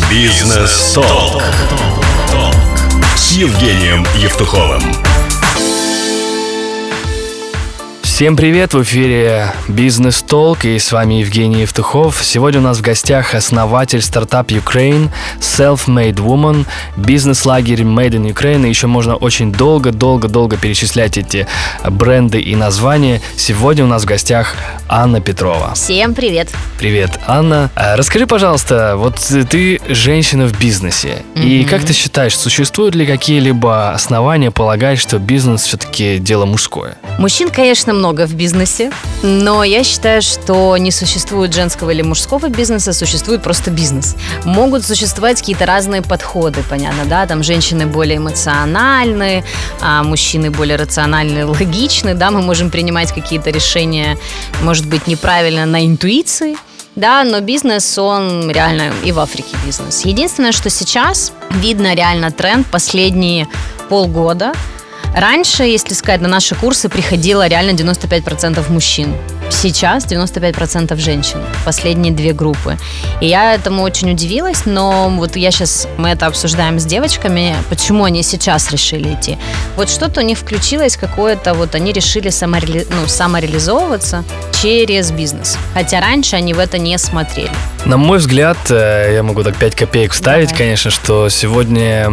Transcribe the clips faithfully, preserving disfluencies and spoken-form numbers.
Бизнес-толк с Евгением Евтуховым. Всем привет, в эфире Бизнес-толк, и с вами Евгений Евтухов. Сегодня у нас в гостях основатель стартап Ukraine, Self-Made Woman, бизнес-лагерь Made in Ukraine, и еще можно очень долго-долго-долго перечислять эти бренды и названия. Сегодня у нас в гостях Анна Петрова. Всем привет. Привет, Анна. Расскажи, пожалуйста, вот ты женщина в бизнесе, mm-hmm. и как ты считаешь, существуют ли какие-либо основания полагать, что бизнес все-таки дело мужское? Мужчин, конечно, много в бизнесе, но я считаю, что не существует женского или мужского бизнеса, существует просто бизнес. Могут существовать какие-то разные подходы, понятно, да, там женщины более эмоциональные, а мужчины более рациональные, логичные, да, мы можем принимать какие-то решения, может быть, неправильно на интуиции, да, но бизнес, он реально и в Африке бизнес. Единственное, что сейчас видно реально тренд последние полгода. Раньше, если сказать, на наши курсы приходило реально девяносто пять процентов мужчин. Сейчас девяносто пять процентов женщин. Последние две группы. И я этому очень удивилась, но вот я сейчас, мы это обсуждаем с девочками, почему они сейчас решили идти. Вот что-то у них включилось какое-то, вот они решили самореали... ну, самореализовываться через бизнес. Хотя раньше они в это не смотрели. На мой взгляд, я могу так пять копеек вставить, Давай. конечно, что сегодня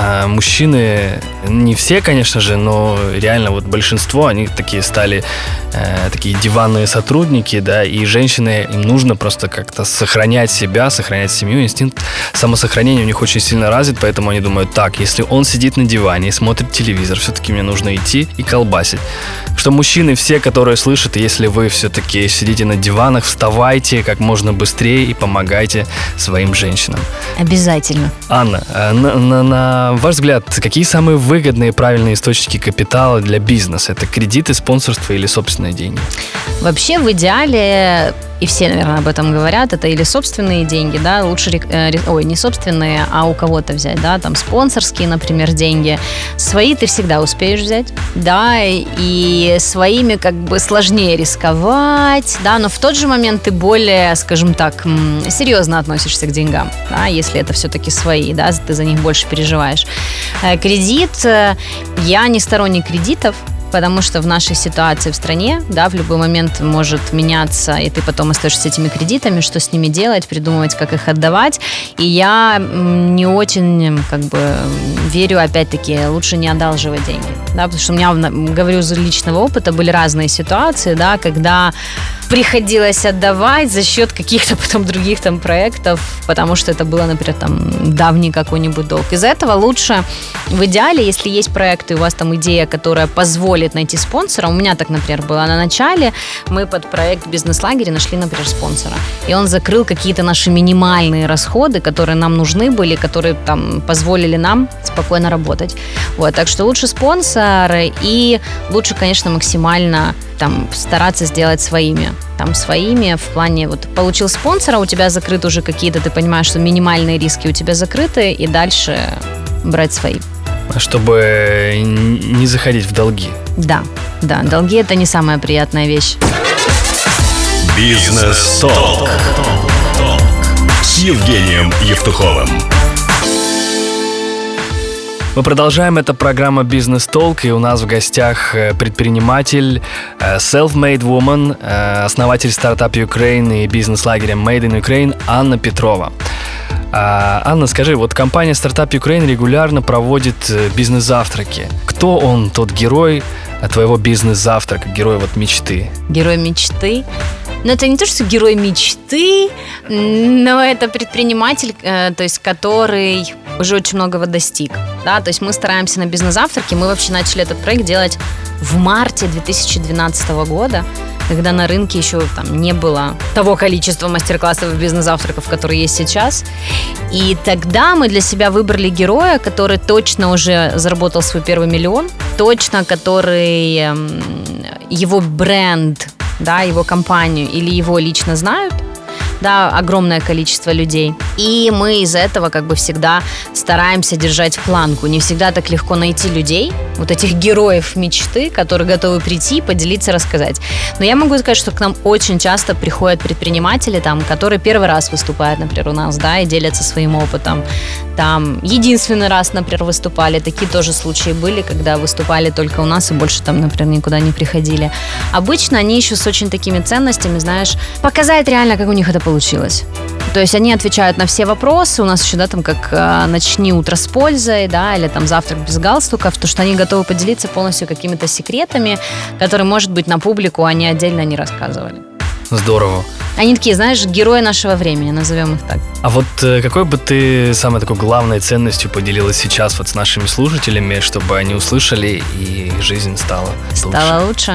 мужчины, не все, конечно же, но реально вот большинство, они такие стали, такие диванные сотрудники, да, и женщины, им нужно просто как-то сохранять себя, сохранять семью, инстинкт самосохранения у них очень сильно развит, поэтому они думают, так, если он сидит на диване и смотрит телевизор, все-таки мне нужно идти и колбасить. Что мужчины все, которые слышат, если вы все-таки сидите на диванах, вставайте как можно быстрее и помогайте своим женщинам. Обязательно. Анна, на, на, на ваш взгляд, какие самые выгодные и правильные источники капитала для бизнеса? Это кредиты, спонсорство или собственные деньги? Вообще, в идеале, и все, наверное, об этом говорят, это или собственные деньги, да, лучше, э, ой, не собственные, а у кого-то взять, да, там спонсорские, например, деньги. Свои ты всегда успеешь взять, да, и своими как бы сложнее рисковать, да, но в тот же момент ты более, скажем так, серьезно относишься к деньгам, да, если это все-таки свои, да, ты за них больше переживаешь. Кредит, я не сторонник кредитов, потому что в нашей ситуации в стране, да, в любой момент может меняться, и ты потом остаешься с этими кредитами, что с ними делать, придумывать, как их отдавать. И я не очень, как бы, верю, опять-таки, лучше не одалживать деньги, да, потому что у меня, говорю из личного опыта, были разные ситуации, да, когда приходилось отдавать за счет каких-то потом других там проектов, потому что это было, например, там давний какой-нибудь долг. Из-за этого лучше в идеале, если есть проект и у вас там идея, которая позволит найти спонсора, у меня так, например, было на начале, мы под проект бизнес-лагеря нашли, например, спонсора, и он закрыл какие-то наши минимальные расходы, которые нам нужны были, которые там позволили нам спокойно работать. Вот, так что лучше спонсоры и лучше, конечно, максимально там стараться сделать своими. Там своими в плане, вот получил спонсора, у тебя закрыты уже какие-то, ты понимаешь, что минимальные риски у тебя закрыты, и дальше брать свои. Чтобы не заходить в долги. Да, да, долги — это не самая приятная вещь. Бизнес-толк с Евгением Евтуховым. Мы продолжаем, это программа «Бизнес-толк», и у нас в гостях предприниматель, self-made woman, основатель стартапа Ukraine и бизнес-лагеря Made in Ukraine Анна Петрова. Анна, скажи, вот компания Startup Ukraine регулярно проводит бизнес-завтраки. Кто он, тот герой твоего бизнес-завтрака, герой вот мечты? Герой мечты? Но это не то, что герой мечты, но это предприниматель, то есть который уже очень многого достиг. Да? То есть мы стараемся на бизнес-завтраке. Мы вообще начали этот проект делать в марте две тысячи двенадцатого года, когда на рынке еще там не было того количества мастер-классов и бизнес-завтраков, которые есть сейчас. И тогда мы для себя выбрали героя, который точно уже заработал свой первый миллион, точно который его бренд, да, его компанию или его лично знают, да, огромное количество людей. И мы из-за этого как бы всегда стараемся держать планку. Не всегда так легко найти людей, вот этих героев мечты, которые готовы прийти, поделиться, рассказать. Но я могу сказать, что к нам очень часто приходят предприниматели, там, которые первый раз выступают, например, у нас, да, и делятся своим опытом. Там единственный раз, например, выступали. Такие тоже случаи были, когда выступали только у нас и больше там, например, никуда не приходили. Обычно они еще с очень такими ценностями, знаешь, показать реально, как у них это получилось. То есть они отвечают на все вопросы. У нас еще, да, там, как э, «Начни утро с пользой», да, или там «Завтрак без галстуков», то, что они готовы поделиться полностью какими-то секретами, которые, может быть, на публику они отдельно не рассказывали. Здорово. Они такие, знаешь, герои нашего времени, назовем их так. А вот э, какой бы ты самой такой главной ценностью поделилась сейчас вот с нашими слушателями, чтобы они услышали и их жизнь стала лучше? Стала лучше.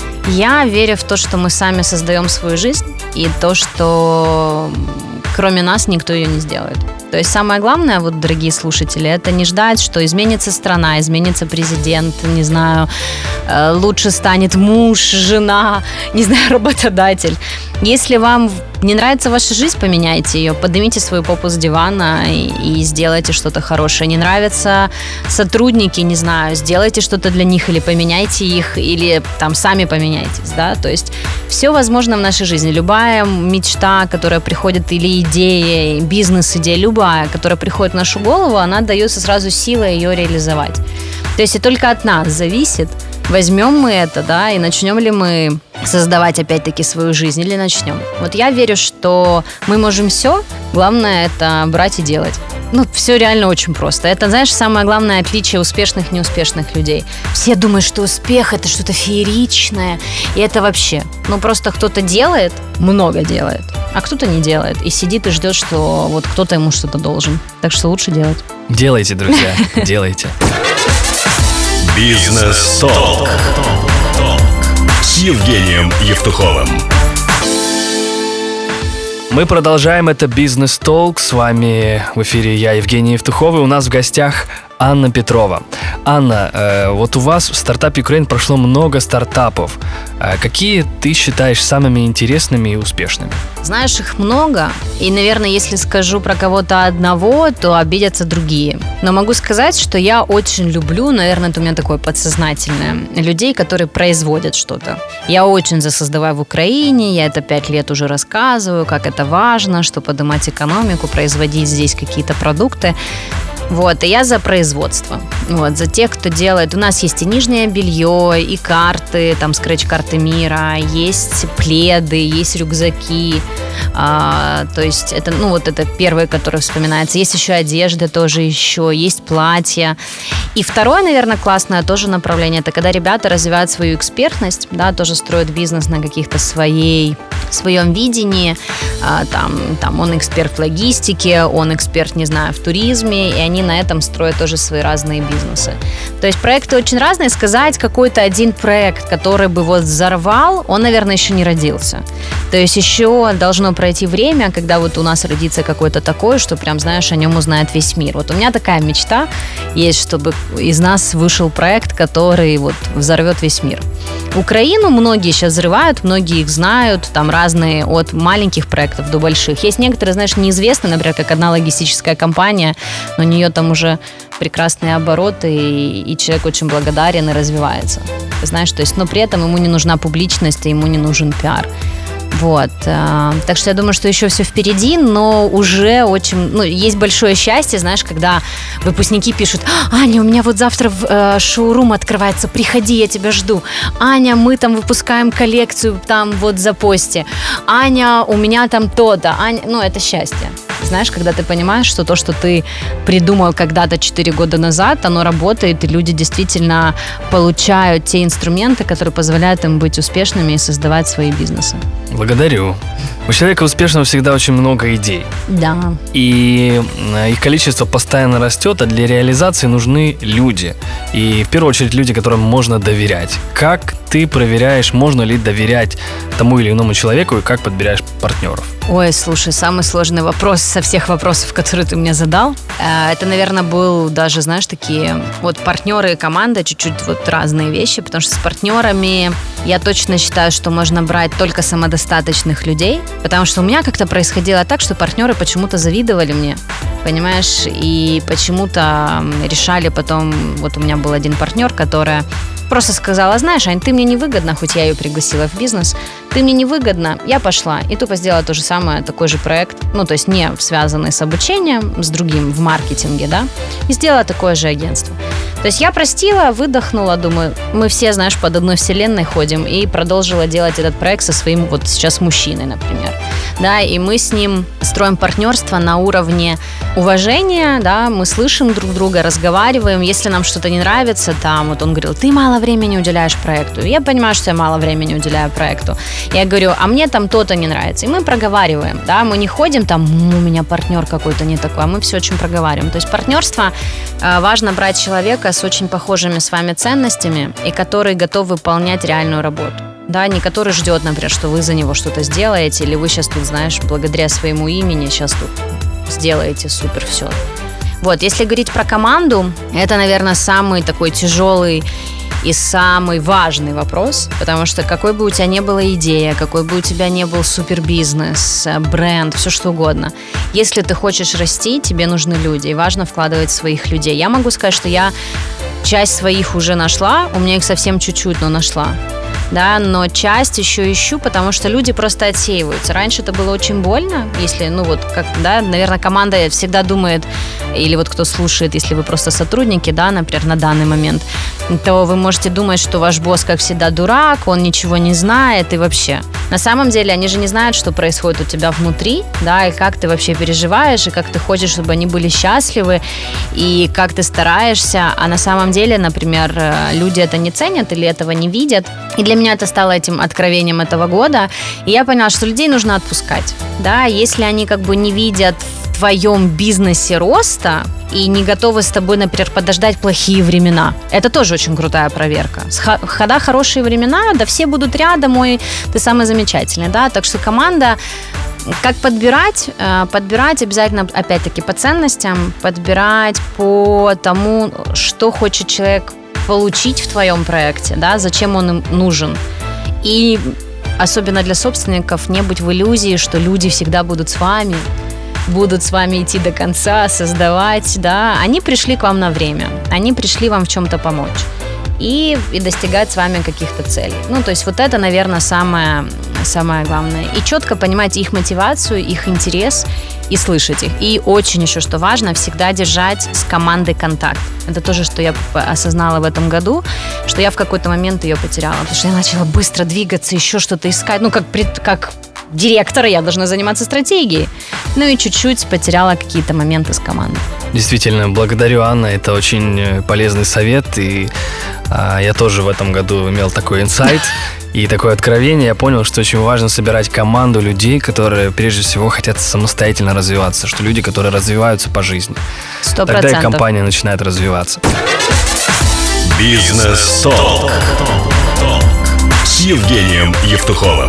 Я верю в то, что мы сами создаем свою жизнь, и то, что кроме нас никто ее не сделает. То есть самое главное, вот, дорогие слушатели, это не ждать, что изменится страна, изменится президент, не знаю, лучше станет муж, жена, не знаю, работодатель. Если вам не нравится ваша жизнь, поменяйте ее, поднимите свою попу с дивана и, и сделайте что-то хорошее. Не нравятся сотрудники, не знаю, сделайте что-то для них или поменяйте их, или там сами поменяйтесь, да, то есть все возможно в нашей жизни. Любая мечта, которая приходит, или идея, бизнес-идея, любая, которая приходит в нашу голову, она дается сразу силой ее реализовать. То есть и только от нас зависит, возьмем мы это, да, и начнем ли мы создавать опять-таки свою жизнь или начнем. Вот я верю, что мы можем все, главное это брать и делать. Ну, все реально очень просто. Это, знаешь, самое главное отличие успешных и неуспешных людей. Все думают, что успех – это что-то фееричное, и это вообще. Ну, просто кто-то делает, много делает, а кто-то не делает, и сидит и ждет, что вот кто-то ему что-то должен. Так что лучше делать. Делайте, друзья, делайте. Бизнес-толк с Евгением Евтуховым. Мы продолжаем, это «Бизнес Толк». С вами в эфире я, Евгений Евтухов, и у нас в гостях Анна Петрова. Анна, э, вот у вас в Startup Ukraine прошло много стартапов. Э, какие ты считаешь самыми интересными и успешными? Знаешь, их много, и, наверное, если скажу про кого-то одного, то обидятся другие. Но могу сказать, что я очень люблю, наверное, это у меня такое подсознательное, людей, которые производят что-то. Я очень за создаваю в Украине, я это пять лет уже рассказываю, как это важно, что поднимать экономику, производить здесь какие-то продукты. Вот, и я за производство. Вот, за тех, кто делает. У нас есть и нижнее белье, и карты, там, скретч-карты мира, есть пледы, есть рюкзаки. А, то есть, это, ну, вот это первое, которое вспоминается. Есть еще одежда тоже еще, есть платья. И второе, наверное, классное тоже направление, это когда ребята развивают свою экспертность, да, тоже строят бизнес на каких-то своей, своем видении. А, там, там он эксперт в логистике, он эксперт, не знаю, в туризме, и они на этом строят тоже свои разные бизнесы. То есть проекты очень разные. Сказать какой-то один проект, который бы вот взорвал, он, наверное, еще не родился. То есть еще должно пройти время, когда вот у нас родится какой-то такой, что прям, знаешь, о нем узнает весь мир. Вот у меня такая мечта есть, чтобы из нас вышел проект, который вот взорвет весь мир. Украину многие сейчас взрывают, многие их знают, там разные, от маленьких проектов до больших. Есть некоторые, знаешь, неизвестные, например, как одна логистическая компания, но у нее там уже прекрасные обороты, и, и человек очень благодарен и развивается. Знаешь, то есть, но при этом ему не нужна публичность, и ему не нужен пиар. Вот, так что я думаю, что еще все впереди, но уже очень, ну, есть большое счастье, знаешь, когда выпускники пишут: Аня, у меня вот завтра э, шоурум открывается, приходи, я тебя жду. Аня, мы там выпускаем коллекцию, там вот запости. Аня, у меня там то-то. Аня, ну, это счастье. Знаешь, когда ты понимаешь, что то, что ты придумал когда-то четыре года назад, оно работает, и люди действительно получают те инструменты, которые позволяют им быть успешными и создавать свои бизнесы. Благодарю. У человека успешного всегда очень много идей. Да. И их количество постоянно растет, а для реализации нужны люди. И в первую очередь люди, которым можно доверять. Как ты проверяешь, можно ли доверять тому или иному человеку, и как подбираешь партнеров? Ой, слушай, самый сложный вопрос со всех вопросов, которые ты мне задал. Это, наверное, был даже, знаешь, такие вот партнеры и команда, чуть-чуть вот разные вещи, потому что с партнерами я точно считаю, что можно брать только самодостаточных людей, потому что у меня как-то происходило так, что партнеры почему-то завидовали мне, понимаешь, и почему-то решали потом, вот у меня был один партнер, которая просто сказала: знаешь, Ань, ты мне невыгодна, хоть я ее пригласила в бизнес, ты мне невыгодна, я пошла. И тупо сделала то же самое, такой же проект, ну, то есть не связанный с обучением, с другим в маркетинге, да, и сделала такое же агентство. То есть я простила, выдохнула, думаю, мы все, знаешь, под одной вселенной ходим, и продолжила делать этот проект со своим вот сейчас мужчиной, например, да, и мы с ним строим партнерство на уровне уважения, да, мы слышим друг друга, разговариваем, если нам что-то не нравится, там, вот он говорил: ты мало времени уделяешь проекту, я понимаю, что я мало времени уделяю проекту, я говорю: а мне там то-то не нравится, и мы проговариваем, да, мы не ходим там, у меня партнер какой-то не такой, а мы все очень проговариваем, то есть партнерство, важно брать человека с очень похожими с вами ценностями и который готов выполнять реальную работу. Да, не который ждет, например, что вы за него что-то сделаете, или вы сейчас тут, знаешь, благодаря своему имени сейчас тут сделаете супер все. Вот, если говорить про команду, это, наверное, самый такой тяжелый и самый важный вопрос, потому что какой бы у тебя ни была идея, какой бы у тебя ни был супербизнес, бренд, все что угодно, если ты хочешь расти, тебе нужны люди, и важно вкладывать своих людей. Я могу сказать, что я часть своих уже нашла, у меня их совсем чуть-чуть, но нашла. Да, но часть еще ищу, потому что люди просто отсеиваются. Раньше это было очень больно, если, ну вот, как, да, наверное, команда всегда думает, или вот кто слушает, если вы просто сотрудники, да, например, на данный момент, то вы можете думать, что ваш босс, как всегда, дурак, он ничего не знает и вообще. На самом деле они же не знают, что происходит у тебя внутри, да, и как ты вообще переживаешь, и как ты хочешь, чтобы они были счастливы, и как ты стараешься, а на самом деле, например, люди это не ценят или этого не видят, и для меня это стало этим откровением этого года, и я поняла, что людей нужно отпускать, да, если они как бы не видят в твоем бизнесе роста и не готовы с тобой, например, подождать плохие времена. Это тоже очень крутая проверка. Когда хорошие времена, да все будут рядом, ой, ты самый замечательный, да, так что команда, как подбирать? Подбирать обязательно, опять-таки, по ценностям, подбирать по тому, что хочет человек получить в твоем проекте, да, зачем он им нужен. И особенно для собственников не быть в иллюзии, что люди всегда будут с вами, будут с вами идти до конца, создавать, да. Они пришли к вам на время, они пришли вам в чем-то помочь и, и достигать с вами каких-то целей. Ну, то есть вот это, наверное, самое, самое главное. И четко понимать их мотивацию, их интерес и слышать их. И очень еще, что важно, всегда держать с командой контакт. Это тоже, что я осознала в этом году, что я в какой-то момент ее потеряла, потому что я начала быстро двигаться, еще что-то искать. Ну, как, как директора я должна заниматься стратегией. Ну и чуть-чуть потеряла какие-то моменты с командой. Действительно, благодарю, Анна, это очень полезный совет, и а, я тоже в этом году имел такой инсайт и такое откровение. Я понял, что очень важно собирать команду людей, которые прежде всего хотят самостоятельно развиваться, что люди, которые развиваются по жизни. Сто процентов. Тогда и компания начинает развиваться. Бизнес-толк с Евгением Евтуховым.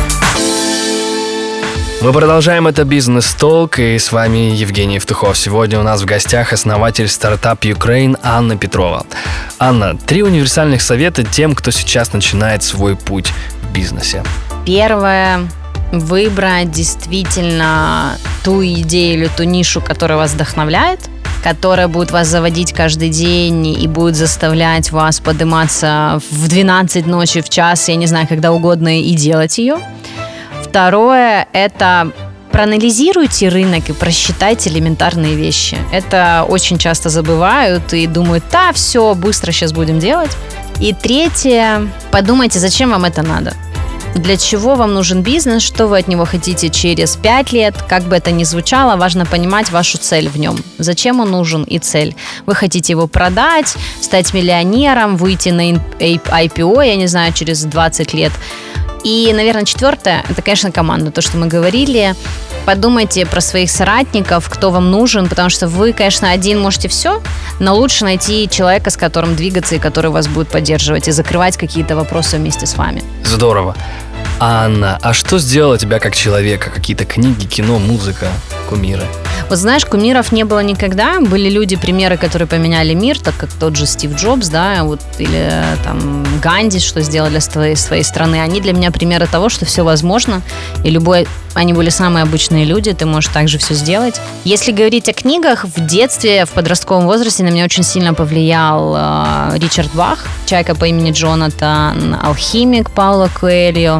Мы продолжаем это «Бизнес-толк», и с вами Евгений Евтухов. Сегодня у нас в гостях основатель стартап Ukraine Анна Петрова. Анна, три универсальных совета тем, кто сейчас начинает свой путь в бизнесе. Первое – выбрать действительно ту идею или ту нишу, которая вас вдохновляет, которая будет вас заводить каждый день и будет заставлять вас подниматься в двенадцать ночи, в час, я не знаю, когда угодно, и делать ее. Второе – это проанализируйте рынок и просчитайте элементарные вещи. Это очень часто забывают и думают: да, все, быстро сейчас будем делать. И третье – подумайте, зачем вам это надо. Для чего вам нужен бизнес, что вы от него хотите через пять лет, как бы это ни звучало, важно понимать вашу цель в нем. Зачем он нужен и цель. Вы хотите его продать, стать миллионером, выйти на ай пи о, я не знаю, через двадцать лет. И, наверное, четвертое, это, конечно, команда, то, что мы говорили. Подумайте про своих соратников, кто вам нужен, потому что вы, конечно, один можете все, но лучше найти человека, с которым двигаться и который вас будет поддерживать и закрывать какие-то вопросы вместе с вами. Здорово. Анна, а что сделало тебя как человека? Какие-то книги, кино, музыка, кумиры? Вот знаешь, кумиров не было никогда. Были люди, примеры, которые поменяли мир, так как тот же Стив Джобс, да, вот, или там Ганди, что сделали для своей, своей страны. Они для меня примеры того, что все возможно, и любой... Они были самые обычные люди, ты можешь также все сделать. Если говорить о книгах, в детстве, в подростковом возрасте на меня очень сильно повлиял э, Ричард Бах, «Чайка по имени Джонатан», «Алхимик» Пауло Коэльо,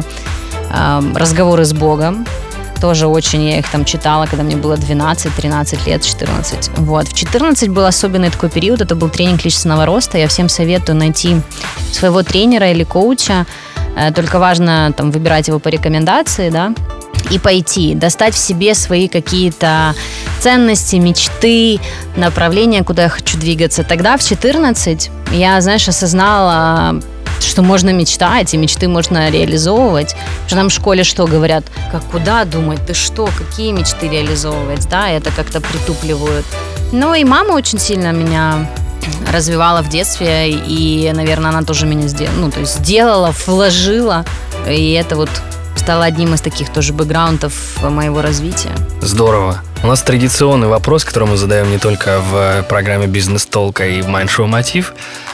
э, «Разговоры с Богом». Тоже очень я их там читала, когда мне было двенадцать, тринадцать лет, четырнадцать. Вот. В четырнадцать был особенный такой период, это был тренинг личностного роста. Я всем советую найти своего тренера или коуча. Только важно там выбирать его по рекомендации, да, и пойти, достать в себе свои какие-то ценности, мечты, направления, куда я хочу двигаться. Тогда в четырнадцать я, знаешь, осознала, что можно мечтать, и мечты можно реализовывать. Потому что нам в школе что говорят? Как куда думать? Ты что? Какие мечты реализовывать? Да, это как-то притупливают. Ну и мама очень сильно меня развивала в детстве, и, наверное, она тоже меня сделала, ну, то есть сделала, вложила, и это вот стало одним из таких тоже бэкграундов моего развития. Здорово. У нас традиционный вопрос, который мы задаем не только в программе «Бизнес-толка» и в Майнд-шоу «Мотив».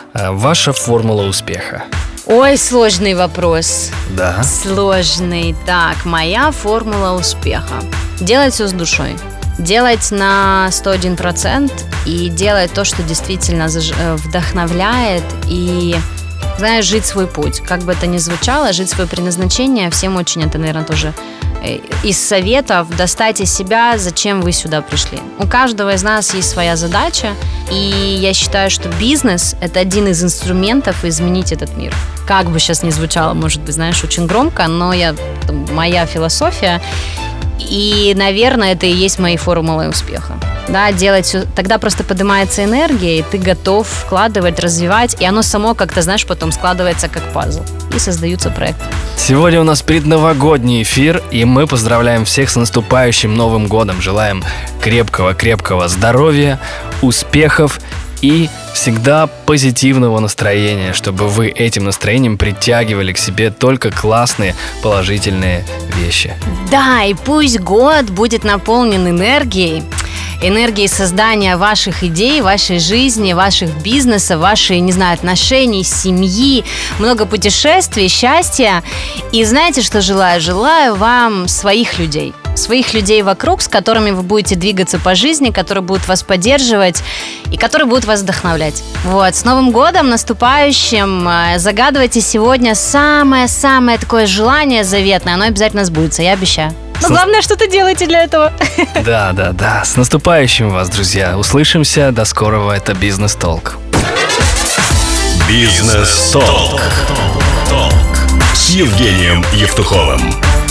Ваша формула успеха? Ой, сложный вопрос. Да. Сложный. Так, моя формула успеха. Делать все с душой. Делать на сто один процент и делать то, что действительно вдохновляет, и, знаешь, жить свой путь. Как бы это ни звучало, жить свое предназначение. Всем очень это, наверное, тоже из советов. Достать из себя, зачем вы сюда пришли. У каждого из нас есть своя задача, и я считаю, что бизнес – это один из инструментов изменить этот мир. Как бы сейчас ни звучало, может быть, знаешь, очень громко, но я, моя философия. И, наверное, это и есть моей формулой успеха. Да, делать все, тогда просто поднимается энергия, и ты готов вкладывать, развивать, и оно само как-то, знаешь, потом складывается как пазл, и создаются проекты. Сегодня у нас предновогодний эфир, и мы поздравляем всех с наступающим Новым годом. Желаем крепкого-крепкого здоровья, успехов и всегда позитивного настроения, чтобы вы этим настроением притягивали к себе только классные, положительные вещи. Да, и пусть год будет наполнен энергией, энергией создания ваших идей, вашей жизни, ваших бизнесов, вашей, не знаю, отношений, семьи, много путешествий, счастья. И знаете, что желаю? Желаю вам своих людей. Своих людей вокруг, с которыми вы будете двигаться по жизни, которые будут вас поддерживать и которые будут вас вдохновлять. Вот, с Новым годом наступающим. Загадывайте сегодня самое-самое такое желание заветное. Оно обязательно сбудется, я обещаю. Но главное, что-то делайте для этого. Да, да, да. С наступающим вас, друзья. Услышимся. До скорого. Это «Бизнес-толк». «Бизнес-толк» с Евгением Евтуховым.